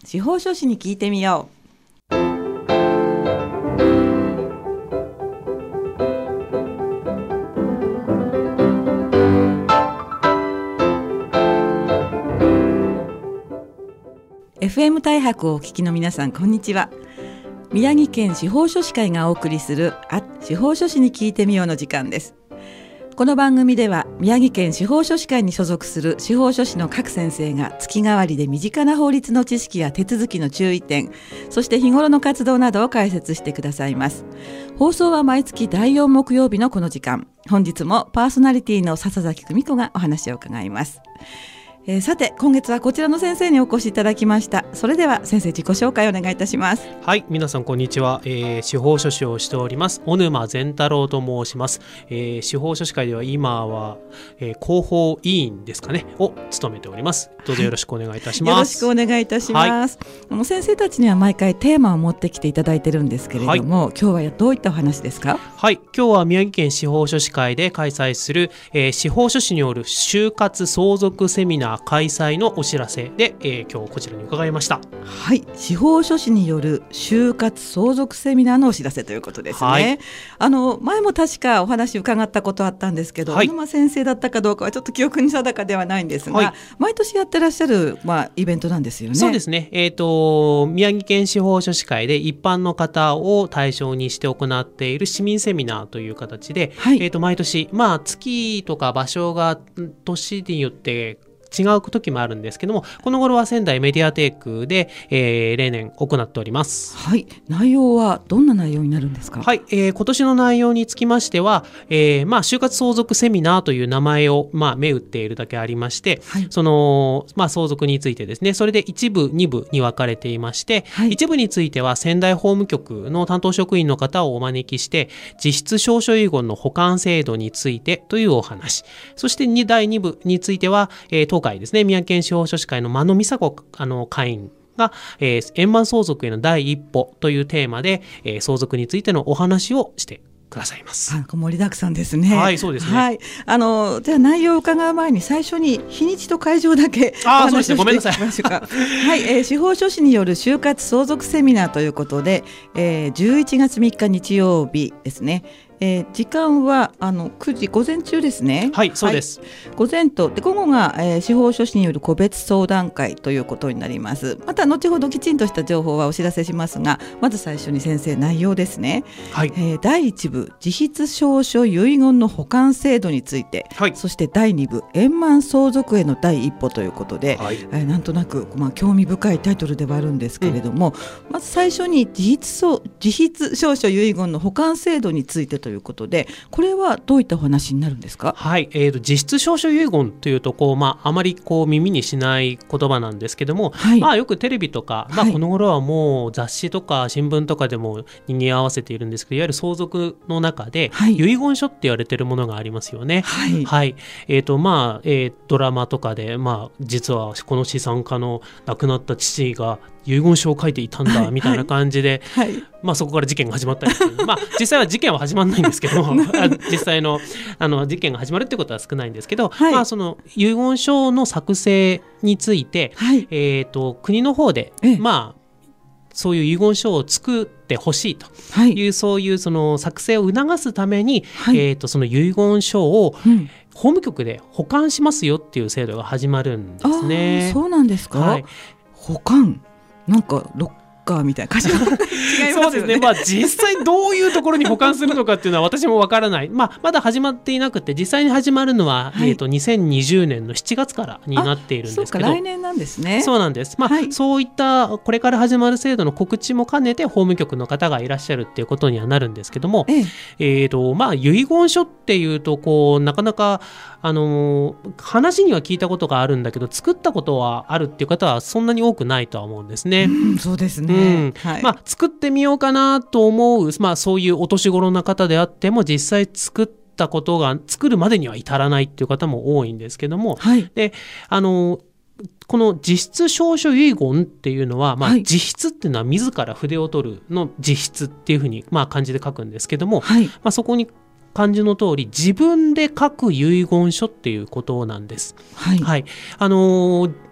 司法書士に聞いてみよう。FM 大白をお聞きの皆さん、こんにちは。宮城県司法書士会がお送りする司法書士に聞いてみようの時間です。この番組では宮城県司法書士会に所属する司法書士の各先生が月替わりで身近な法律の知識や手続きの注意点、そして日頃の活動などを解説してくださいます。放送は毎月第4木曜日のこの時間。本日もパーソナリティの笹崎久美子がお話を伺います。さて、今月はこちらの先生にお越しいただきました。それでは先生、自己紹介をお願いいたします。 はい、皆さんこんにちは。司法書士をしております小沼善太郎と申します。司法書士会では今は、広報委員ですかねを務めております。どうぞよろしくお願いいたします。 よろしくお願いいたします。先生たちには毎回テーマを持ってきていただいてるんですけれども、今日はどういったお話ですか？ はい、今日は宮城県司法書士会で開催する、司法書士による就活相続セミナー開催のお知らせで、今日こちらに伺いました。 はい、司法書士による就活相続セミナーのお知らせということですね。はい、前も確かお話伺ったことあったんですけど、小沼先生だったかどうかはちょっと記憶に定かではないんですが、毎年やってらっしゃる、イベントなんですよね。 そうですね。宮城県司法書士会で一般の方を対象にして行っている市民セミナーという形で、毎年、月とか場所が年によって違う時もあるんですけども、この頃は仙台メディアテークで、例年行っております。 はい、内容はどんな内容になるんですか？ はい、今年の内容につきましては、就活相続セミナーという名前を、銘打っているだけありまして、その、相続についてですね、それで1部2部に分かれていまして、一部については仙台法務局の担当職員の方をお招きして、実質証書遺言の保管制度についてというお話、そして第2部については、当会ですね、宮城県司法書士会の間野美佐子会員が、円満相続への第一歩というテーマで、相続についてのお話をしてくださいます。 盛りだくさんですね。 はい、そうですね。 はい、じゃあ内容を伺う前に最初に日にちと会場だけお話をしていきましょうか。はい、司法書士による就活相続セミナーということで、11月3日日曜日ですね。時間は9時午前中ですね。 はい、そうです。 午前とで午後が、司法書士による個別相談会ということになります。また後ほどきちんとした情報はお知らせしますが、まず最初に先生、内容ですね。はい、第1部自筆証書遺言の保管制度について、そして第2部円満相続への第一歩ということで、なんとなく、興味深いタイトルではあるんですけれども、まず最初に自筆証書遺言の保管制度についてということで、これはどういったお話になるんですか？ はい、実質証書遺言というとあまり耳にしない言葉なんですけども、よくテレビとか、この頃はもう雑誌とか新聞とかでも賑わせているんですけど、いわゆる相続の中で、遺言書って言われているものがありますよね。はい、ドラマとかで、実はこの資産家の亡くなった父が遺言書を書いていたんだみたいな感じで、そこから事件が始まったり実際は事件は始まらないんですけど実際の事件が始まるってことは少ないんですけど、その遺言書の作成について、国の方で、そういう遺言書を作ってほしいという、そういうその作成を促すために、その遺言書を、法務局で保管しますよっていう制度が始まるんですね。 そうなんですか？保管なんかロッカーみたいな感じ違いますよね。 そうですね。実際どういうところに保管するのかっていうのは私もわからない。まだ始まっていなくて、実際に始まるのは、2020年の7月からになっているんですけど。 そうか、来年なんですね。 そうなんです。そういったこれから始まる制度の告知も兼ねて法務局の方がいらっしゃるっていうことにはなるんですけども、遺言書っていうとなかなか話には聞いたことがあるんだけど、作ったことはあるっていう方はそんなに多くないとは思うんですね。 そうですね。 作ってみようかなと思う、そういうお年頃な方であっても、実際作るまでには至らないっていう方も多いんですけども、でこの実質証書遺言っていうのは、自筆っていうのは自ら筆を取るの自筆っていうふうに漢字で書くんですけども、そこに漢字の通り自分で書く遺言書っていうことなんです。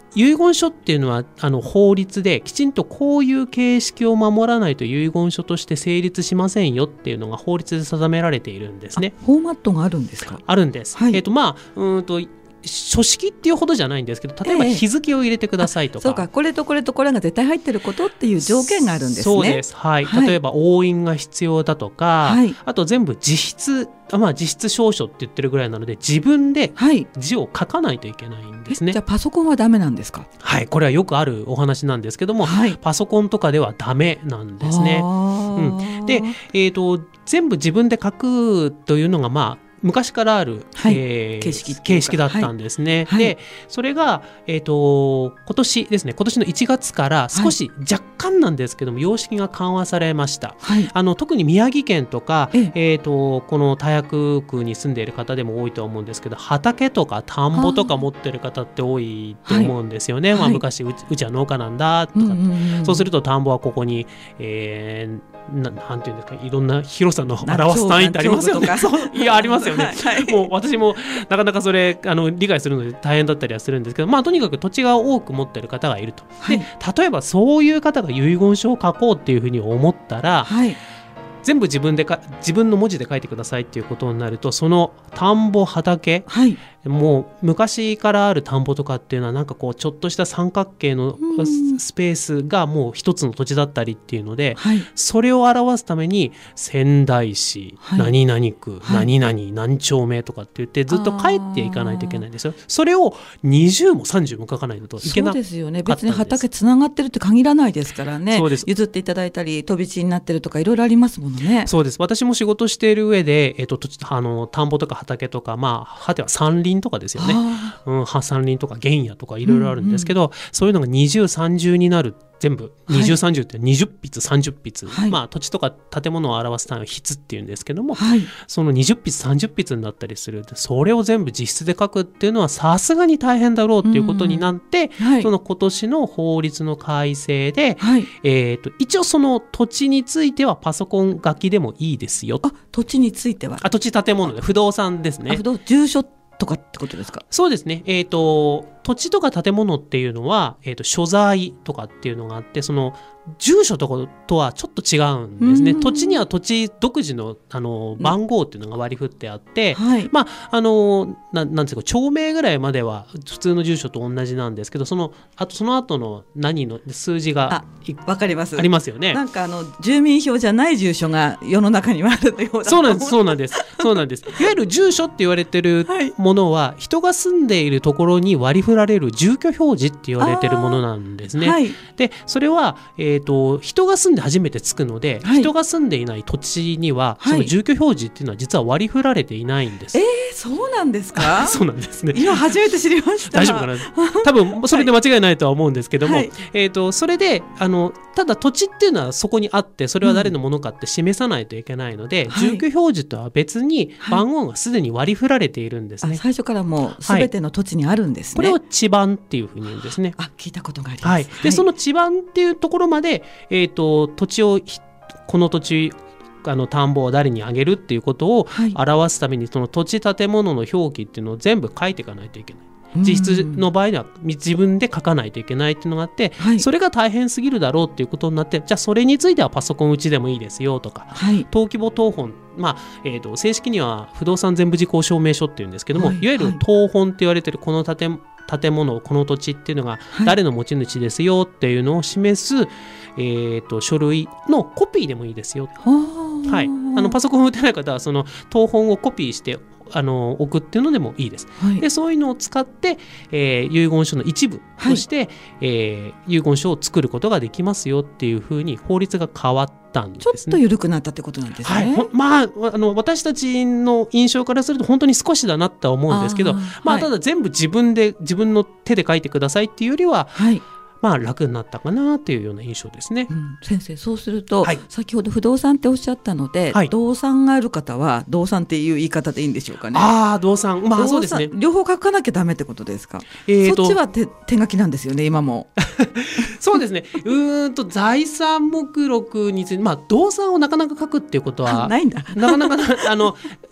遺言書っていうのは法律できちんとこういう形式を守らないと遺言書として成立しませんよっていうのが法律で定められているんですね。 フォーマットがあるんですか？ あるんです。はい、書式っていうほどじゃないんですけど、例えば日付を入れてくださいとか、 そうか、これとこれとこれが絶対入ってることっていう条件があるんですね。 そうです、はいはい、例えば押印が必要だとか、はい、あと全部自筆証書って言ってるぐらいなので自分で字を書かないといけないんですね。 じゃあパソコンはダメなんですか？ はい、これはよくあるお話なんですけども、はい、パソコンとかではダメなんですね。で、全部自分で書くというのが昔からある、はい、形式だったんですね。はい、でそれが、今年ですね、今年の1月から少し若干なんですけども、様式が緩和されました。はい、特に宮城県とか、この大白区に住んでいる方でも多いと思うんですけど、畑とか田んぼとか持ってる方って多いと思うんですよね。昔うちは農家なんだとかって、そうすると田んぼはここに、なんていうんですか、いろんな広さの表す単位ってありますよね。いや、ありますよね。はい、もう私もなかなかそれ理解するので大変だったりはするんですけど、とにかく土地が多く持っている方がいると。で、例えばそういう方が遺言書を書こうっていうふうに思ったら、全部自分の文字で書いてくださいっていうことになると、その田んぼ畑、もう昔からある田んぼとかっていうのはなんかこうちょっとした三角形のスペースがもう一つの土地だったりっていうので、それを表すために仙台市、何々区、何々何丁目とかって言ってずっと書いていかないといけないんですよ。それを20も30も書かないといけなかったんです。そうですよね。別に畑つながってるって限らないですからね。そうです。譲っていただいたり飛び地になってるとかいろいろありますものね。 そうです。私も仕事している上で、田んぼとか畑とか、果ては山林とかですよね。山林とか原野とかいろいろあるんですけど、そういうのが20、30になる、全部20、30って20筆30筆、土地とか建物を表す単位を筆っていうんですけども、その20筆30筆になったりする。それを全部実質で書くっていうのはさすがに大変だろうっていうことになって、その今年の法律の改正で、一応その土地についてはパソコン書きでもいいですよ。 土地については土地建物で不動産ですね。 住所とかってことですか？ そうですね。土地とか建物っていうのは、所在とかっていうのがあって、その住所とかとはちょっと違うんですね。土地には土地独自の、番号っていうのが割り振ってあって、なんですか、町名ぐらいまでは普通の住所と同じなんですけど、その後の何の数字がわかります。 ありますよね。 なんか住民票じゃない住所が世の中にはあるようだ。 そうなんです。いわゆる住所って言われてるものは、人が住んでいるところに割り振られる住居表示って言われてるものなんですね。でそれは、人が住んで初めてつくので、人が住んでいない土地にはその住居表示っていうのは実は割り振られていないんです。 そうなんですか？ そうなんですね。 今初めて知りました。 大丈夫かな。多分それで間違いないとは思うんですけども、それでただ土地っていうのはそこにあって、それは誰のものかって示さないといけないので、住居表示とは別に番号がすでに割り振られているんですね。 最初からもう全ての土地にあるんですね。 これを地番っていうふうに言うんですね。 聞いたことがあります。 でその地番っていうところまで、土地をこの土地田んぼを誰にあげるっていうことを表すために、その土地建物の表記っていうのを全部書いていかないといけない。実質の場合には自分で書かないといけないっていうのがあって、それが大変すぎるだろうっていうことになって、じゃあそれについてはパソコンうちでもいいですよとか、登記簿謄本、正式には不動産全部事項証明書っていうんですけども、いわゆる謄本って言われてるこの建物、この土地っていうのが誰の持ち主ですよっていうのを示す、書類のコピーでもいいですよ。パソコンを打てない方はその謄本をコピーして置くっていうのでもいいです。でそういうのを使って、遺言書の一部として、遺言書を作ることができますよっていうふうに法律が変わったんですね。 ちょっと緩くなったってことなんですね。 私たちの印象からすると本当に少しだなとは思うんですけど、ただ全部自分の手で書いてくださいっていうよりは、楽になったかなというような印象ですね。 先生、そうすると、先ほど不動産っておっしゃったので、動産がある方は動産っていう言い方でいいんでしょうかね。 動産、そうですね。 両方書かなきゃダメってことですか？そっちは手書きなんですよね、今も。 そうですね。財産目録について、動産をなかなか書くっていうことはないんだ。 なかなか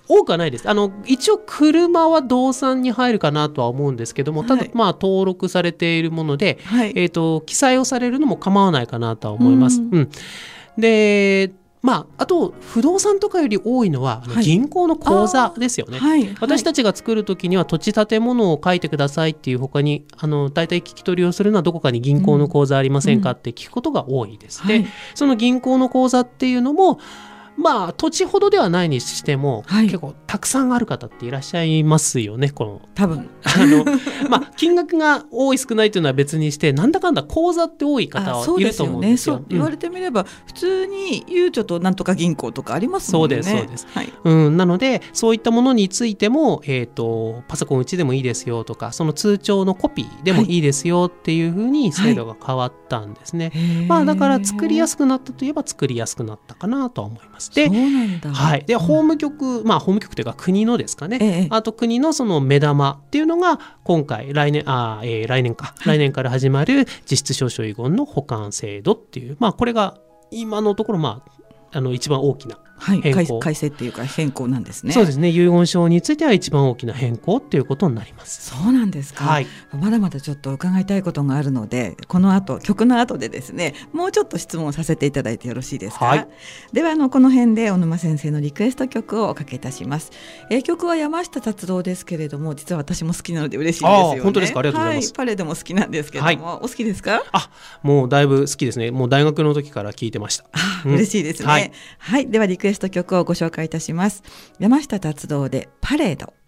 多くはないです。一応車は動産に入るかなとは思うんですけども、ただ登録されているもので、記載をされるのも構わないかなとは思います。であと不動産とかより多いのは銀行の口座ですよね。私たちが作るときには土地建物を書いてくださいっていう他に大体聞き取りをするのはどこかに銀行の口座ありませんかって聞くことが多いです。でその銀行の口座っていうのも土地ほどではないにしても、結構たくさんある方っていらっしゃいますよね。 多分金額が多い少ないというのは別にして、なんだかんだ口座って多い方はいると思うんですよ。 言われてみれば普通にゆうちょとなんとか銀行とかありますもんね。 そうです、なのでそういったものについても、パソコンうちでもいいですよとか、その通帳のコピーでもいいですよっていうふうに制度が変わったんですね。だから作りやすくなったといえば作りやすくなったかなとは思います。で、法務局、法務局というか国のですかね、あと国のその目玉っていうのが今回来年から始まる実質証書遺言の保管制度っていう、これが今のところ一番大きな変更、 改正っていうか変更なんですね。 そうですね。遺言書については一番大きな変更っていうことになります。 そうなんですか。まだまだちょっと伺いたいことがあるので、この後曲の後でですね、もうちょっと質問させていただいてよろしいですか。ではこの辺で小沼先生のリクエスト曲をおかけいたします。曲は山下達郎ですけれども、実は私も好きなので嬉しいんですよね。 本当ですか。ありがとうございます。 パレードも好きなんですけども、お好きですか。 もうだいぶ好きですね。もう大学の時から聴いてました。 嬉しいですね。ではリクエスト曲をご紹介いたします。山下達郎でパレード。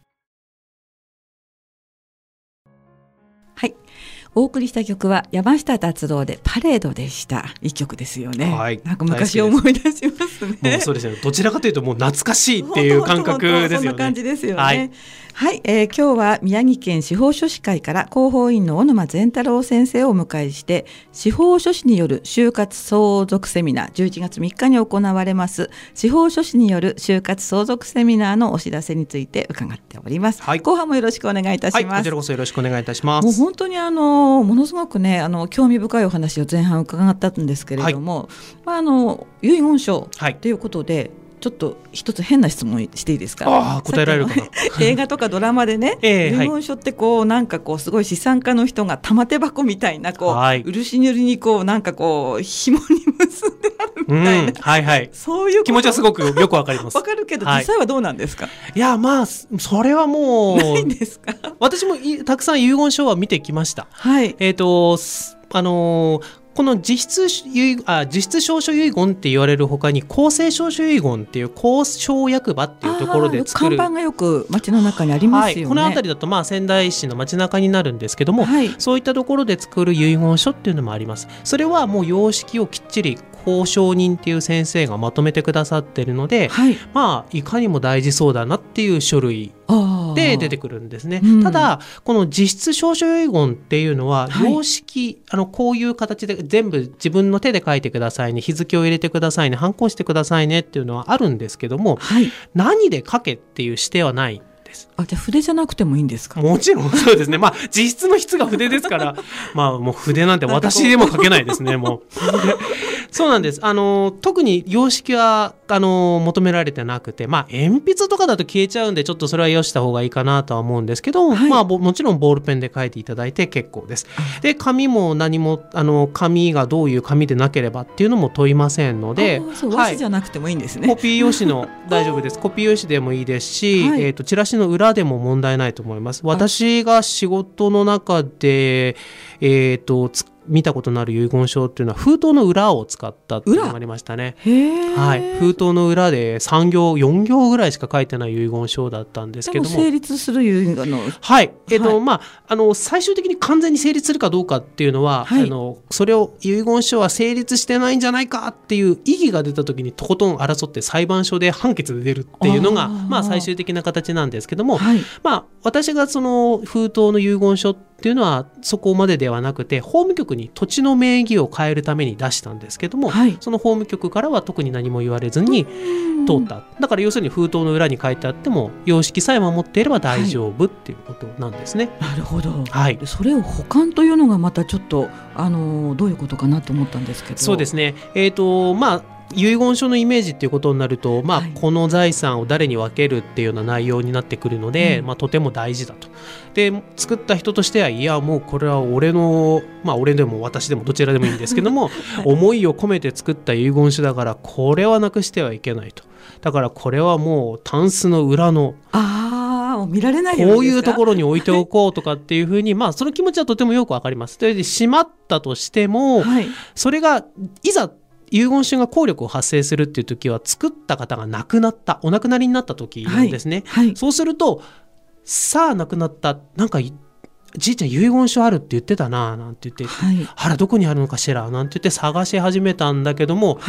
お送りした曲は山下達郎でパレードでした。いい曲ですよね。なんか昔を思い出しますね。 もうそうですね。どちらかというともう懐かしいっていう感覚ですよね。 そんな感じですよね。今日は宮城県司法書士会から広報員の小沼善太郎先生をお迎えして、司法書士による就活相続セミナー11月3日に行われます司法書士による就活相続セミナーのお知らせについて伺っております。後半もよろしくお願いいたします。 こちらこそよろしくお願いいたします。 もう本当にものすごくね興味深いお話を前半伺ったんですけれども、遺言書ということで、ちょっと一つ変な質問していいですか。 答えられるかな。 映画とかドラマでね、遺言書ってなんかすごい資産家の人が玉手箱みたいな漆塗りになんか紐に結んであるみたいな、そういう気持ちはすごくよくわかります。 わかるけど実際はどうなんですか。 いやそれはもうないんですか。 私もたくさん遺言書は見てきました。この実質証書遺言って言われるほかに公正証書遺言っていう公証役場っていうところで作る看板がよく街の中にありますよね。 この辺りだと仙台市の街中になるんですけども、そういったところで作る遺言書っていうのもあります。それはもう様式をきっちり公証人っていう先生がまとめてくださっているので、いかにも大事そうだなっていう書類で出てくるんですね。ただこの実質証書遺言っていうのは様式、こういう形で全部自分の手で書いてくださいね、日付を入れてくださいね、ハンコしてくださいねっていうのはあるんですけども、何で書けっていう指定はない。 じゃあ筆じゃなくてもいいんですか。 もちろんそうですね。実質の筆が筆ですからもう筆なんて私でも書けないですね。もうそうなんです。特に様式は求められてなくて、鉛筆とかだと消えちゃうんでちょっとそれはよした方がいいかなとは思うんですけど、もちろんボールペンで書いていただいて結構です。で紙も何も紙がどういう紙でなければっていうのも問いませんので、 和紙じゃなくてもいいんですね。 コピー用紙の大丈夫です。コピー用紙でもいいですし、チラシの裏でも問題ないと思います。私が仕事の中で見たことのある遺言書っていうのは封筒の裏を使ったっていうのがありましたね。封筒の裏で3行4行ぐらいしか書いてない遺言書だったんですけども、 成立する遺言の最終的に完全に成立するかどうかっていうのは、それを遺言書は成立してないんじゃないかっていう異議が出た時にとことん争って裁判所で判決で出るっていうのが最終的な形なんですけども、私がその封筒の遺言書っていうのはそこまでではなくて、法務局に土地の名義を変えるために出したんですけども、その法務局からは特に何も言われずに通った。だから要するに封筒の裏に書いてあっても様式さえ守っていれば大丈夫っていうことなんですね。 なるほど。それを保管というのがまたちょっとどういうことかなと思ったんですけど。 そうですね。 遺言書のイメージっていうことになると、この財産を誰に分けるっていうような内容になってくるので、とても大事だと。で作った人としては、いやもうこれは俺の、俺でも私でもどちらでもいいんですけども、思いを込めて作った遺言書だからこれはなくしてはいけないと。だからこれはもうタンスの裏の見られないようにこういうところに置いておこうとかっていうふうにその気持ちはとてもよくわかります。でしまったとしても、それがいざ遺言書が効力を発生するっていう時は、作った方が亡くなった、お亡くなりになった時なんですね。そうすると、さあ亡くなった、なんかじいちゃん遺言書あるって言ってたななんて言って、あらどこにあるのかしらなんて言って探し始めたんだけども、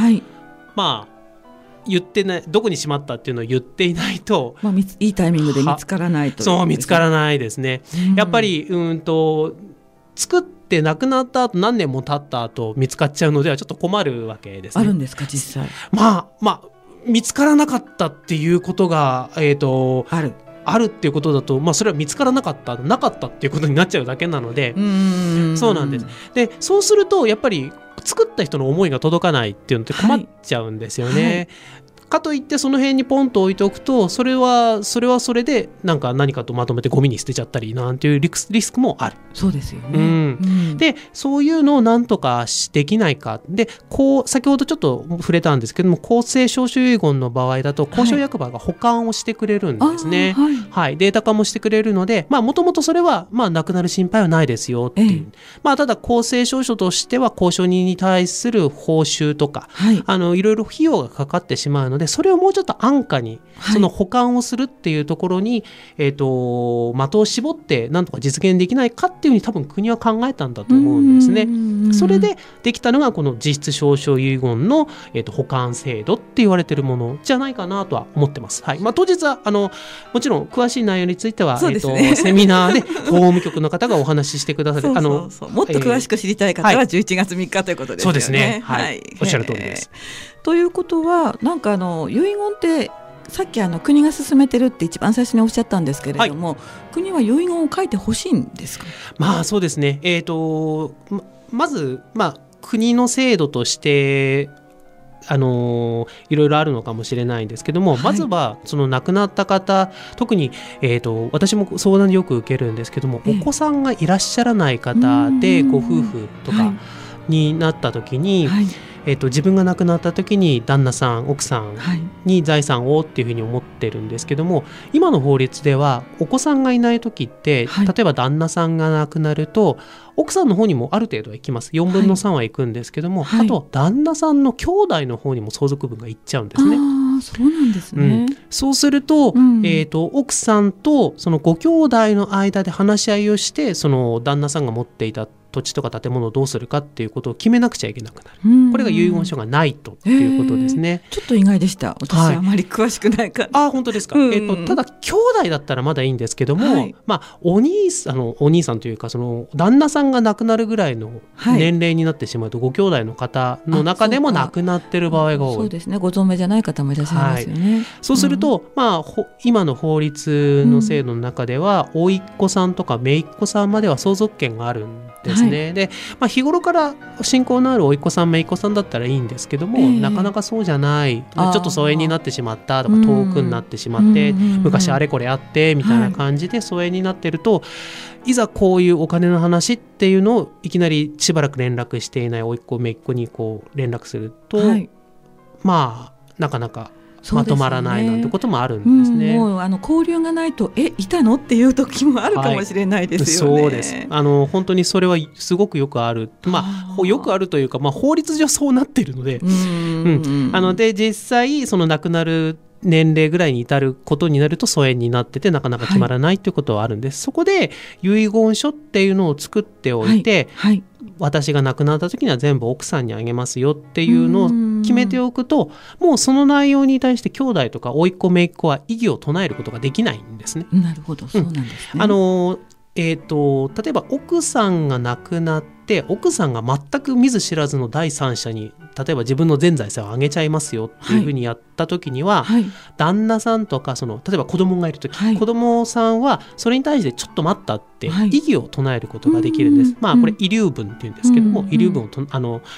言ってない、どこにしまったっていうのを言っていないと、 いいタイミングで見つからないという、 そう見つからないですね。やっぱり作って亡くなった後何年も経った後見つかっちゃうのではちょっと困るわけですね。 あるんですか実際。 見つからなかったっていうことが、あるっていうことだと、それは見つからなかったっていうことになっちゃうだけなので、そうなんです。でそうするとやっぱり作った人の思いが届かないっていうのって困っちゃうんですよね。かといってその辺にポンと置いておくと、それはそれで何かとまとめてゴミに捨てちゃったりなんていうリスクもある。 そうですよね。 でそういうのを何とかできないかで、先ほどちょっと触れたんですけども、公正証書遺言の場合だと公証役場が保管をしてくれるんですね。データ化もしてくれるので、もともとそれはなくなる心配はないですよっていう、ただ公正証書としては公証人に対する報酬とか、いろいろ費用がかかってしまうので、それをもうちょっと安価に、その保管をするっていうところに、的を絞ってなんとか実現できないかっていうふうに多分国は考えたんだと思うんですね。それでできたのがこの実質証書遺言の、保管制度って言われてるものじゃないかなとは思ってます。当日はもちろん詳しい内容については、セミナーで法務局の方がお話ししてくださる。もっと詳しく知りたい方は11月3日ということですよね。 そうですね。おっしゃる通りです。 ということはなんか遺言ってさっき国が進めてるって一番最初におっしゃったんですけれども、国は遺言を書いてほしいんですか？ そうですね。まず国の制度としていろいろあるのかもしれないんですけども、まずはその亡くなった方、特に、私も相談でよく受けるんですけども、お子さんがいらっしゃらない方でご夫婦とかになった時に、自分が亡くなった時に旦那さん奥さんに財産をっていうふうに思ってるんですけども、今の法律ではお子さんがいない時って、例えば旦那さんが亡くなると奥さんの方にもある程度は行きます。4分の3は行くんですけども、あと旦那さんの兄弟の方にも相続分が行っちゃうんですね。 そうなんですね。 そうすると、奥さんとそのご兄弟の間で話し合いをして、その旦那さんが持っていた土地とか建物をどうするかっていうことを決めなくちゃいけなくなる。これが遺言書がないとっていうことですね。 ちょっと意外でした。私はあまり詳しくないから。 本当ですか。ただ兄弟だったらまだいいんですけども、お兄さんというかその旦那さんが亡くなるぐらいの年齢になってしまうと、ご兄弟の方の中でも亡くなってる場合が多い。 そうですね。ご存命じゃない方もいらっしゃいますよね。 そうすると、今の法律の制度の中では、甥っ子さんとか姪っ子さんまでは相続権があるんですね。で、日頃から親交のある甥っ子さん姪っ子さんだったらいいんですけども、なかなかそうじゃない、ちょっと疎遠になってしまったとか、遠くになってしまって、昔あれこれあってみたいな感じで疎遠になってると、いざこういうお金の話っていうのをいきなりしばらく連絡していない甥っ子姪っ子にこう連絡すると、なかなかまとまらないなんてこともあるんですね。 もう交流がないといたのっていう時もあるかもしれないですよね。 そうです。本当にそれはすごくよくある、よくあるというか、法律上そうなっているので、で実際その亡くなる年齢ぐらいに至ることになると疎遠になっててなかなか決まらないということはあるんです。そこで遺言書っていうのを作っておいて、私が亡くなった時には全部奥さんにあげますよっていうのを決めておくと、もうその内容に対して兄弟とか甥っ子姪っ子は異議を唱えることができないんですね。 なるほど、そうなんですね。 例えば奥さんが亡くなって奥さんが全く見ず知らずの第三者に例えば自分の全財産をあげちゃいますよっていうふうにやった時には、旦那さんとか例えば子供がいる時、子供さんはそれに対してちょっと待ったって異議を唱えることができるんです。これ遺留分っていうんですけども、遺留分を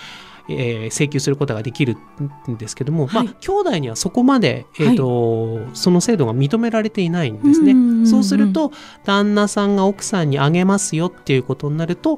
請求することができるんですけども、兄弟にはそこまで、その制度が認められていないんですね。そうすると旦那さんが奥さんにあげますよっていうことになると、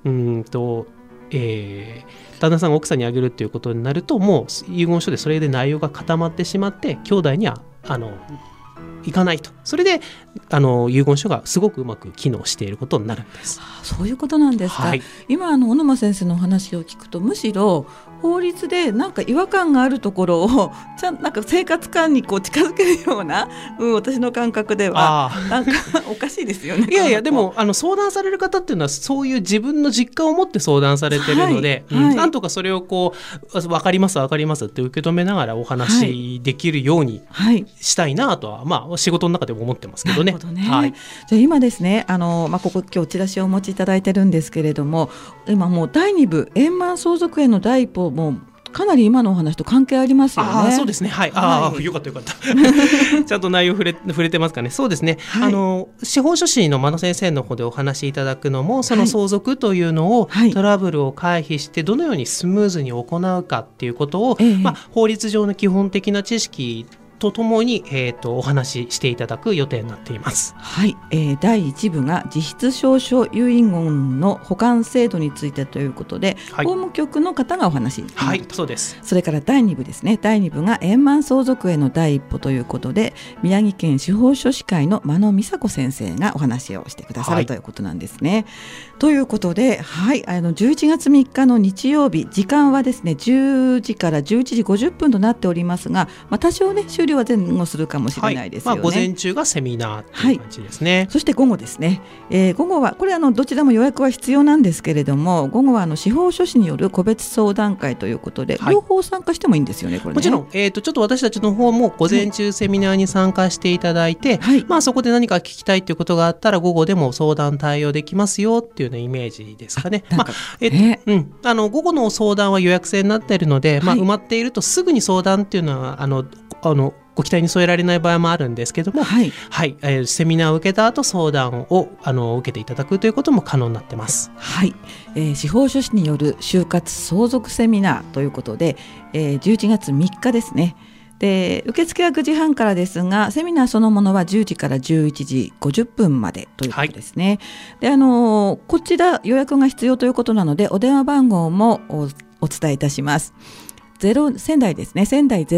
旦那さんが奥さんにあげるっていうことになると、もう遺言書でそれで内容が固まってしまって、兄弟にはいかないと。それで遺言書がすごくうまく機能していることになるんです。 そういうことなんですか。今小沼先生のお話を聞くと、むしろ法律でなんか違和感があるところをなんか生活感にこう近づけるような、私の感覚ではなんかおかしいですよね。 いやいや、でも相談される方っていうのはそういう自分の実感を持って相談されてるので、なんとかそれをこう分かります分かりますって受け止めながらお話できるようにしたいなとは、仕事の中でも思ってますけどね。 じゃあ今ですね、ここ今日チラシをお持ちいただいてるんですけれども、今もう第2部円満相続への第一歩もかなり今のお話と関係ありますよね。 そうですね。よかったよかったちゃんと内容触れてますかね。そうですね。司法書士の真野先生の方でお話しいただくのも、その相続というのを、トラブルを回避してどのようにスムーズに行うかっていうことを、法律上の基本的な知識とともに、お話ししていただく予定になっています。 第1部が実質証書遺言の保管制度についてということで、法務局の方がお話になると。 そうです。 それから第2部ですね。第2部が円満相続への第一歩ということで、宮城県司法書士会の真野美佐子先生がお話をしてくださるということなんですね。ということで、11月3日の日曜日、時間はですね10時から11時50分となっておりますが、多少ね終了は前後するかもしれないですよね。 午前中がセミナーという感じですね。 そして午後ですね、午後はこれどちらも予約は必要なんですけれども、午後は司法書士による個別相談会ということで、両方参加してもいいんですよね。これね、 もちろん、ちょっと私たちの方も午前中セミナーに参加していただいて、そこで何か聞きたいということがあったら午後でも相談対応できますよっていうようなイメージですかね。午後の相談は予約制になっているので、埋まっているとすぐに相談っていうのはご期待に添えられない場合もあるんですけども、セミナーを受けた後相談を受けていただくということも可能になってます。 司法書士による就活相続セミナーということで、11月3日ですね。で、受付は9時半からですが、セミナーそのものは10時から11時50分までということですね。で、こちら予約が必要ということなので、お電話番号もお伝えいたします。仙台ですね。仙台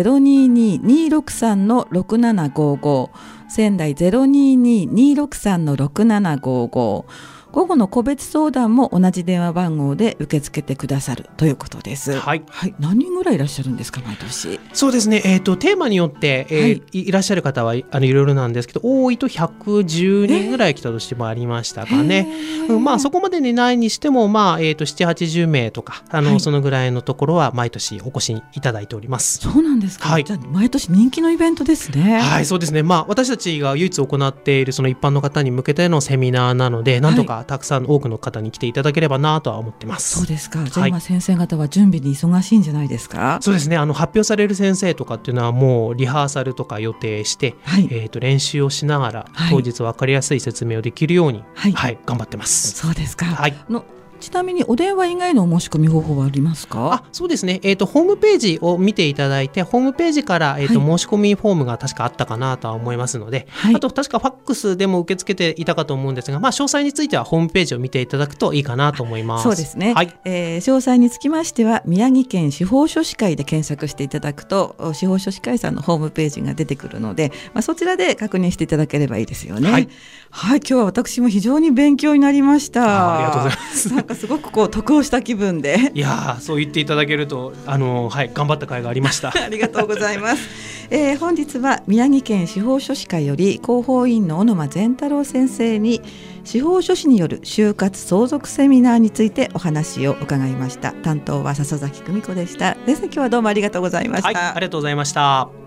022-263-6755 仙台 022-263-6755。午後の個別相談も同じ電話番号で受け付けてくださるということです。何人ぐらいいらっしゃるんですか、毎年。 そうですね、テーマによって、いらっしゃる方はいろいろなんですけど、多いと110人ぐらい来たとしてもありましたかね。そこまでにないにしても、7、80名とかそのぐらいのところは毎年お越しいただいております。 そうなんですか。じゃあ毎年人気のイベントですね。 そうですね。私たちが唯一行っているその一般の方に向けてのセミナーなので、なんとかたくさん多くの方に来ていただければなとは思ってます。 そうですか。じゃあ今先生方は準備に忙しいんじゃないですか。 そうですね。発表される先生とかっていうのはもうリハーサルとか予定して、練習をしながら当日分かりやすい説明をできるように、頑張ってます。 そうですか。ちなみにお電話以外のお申し込み方法はありますか。 そうですね、ホームページを見ていただいて、ホームページから、申し込みフォームが確かあったかなとは思いますので、あと確かファックスでも受け付けていたかと思うんですが、詳細についてはホームページを見ていただくといいかなと思います。 そうですね。詳細につきましては宮城県司法書士会で検索していただくと司法書士会さんのホームページが出てくるので、そちらで確認していただければいいですよね。今日は私も非常に勉強になりました。 ありがとうございます。 なんかすごく得をした気分で。 いや、そう言っていただけると頑張った甲斐がありました。 ありがとうございます。本日は宮城県司法書士会より広報委員の小沼善太郎先生に司法書士による就活相続セミナーについてお話を伺いました。担当は笹崎久美子でした。先生、今日はどうもありがとうございました。 ありがとうございました。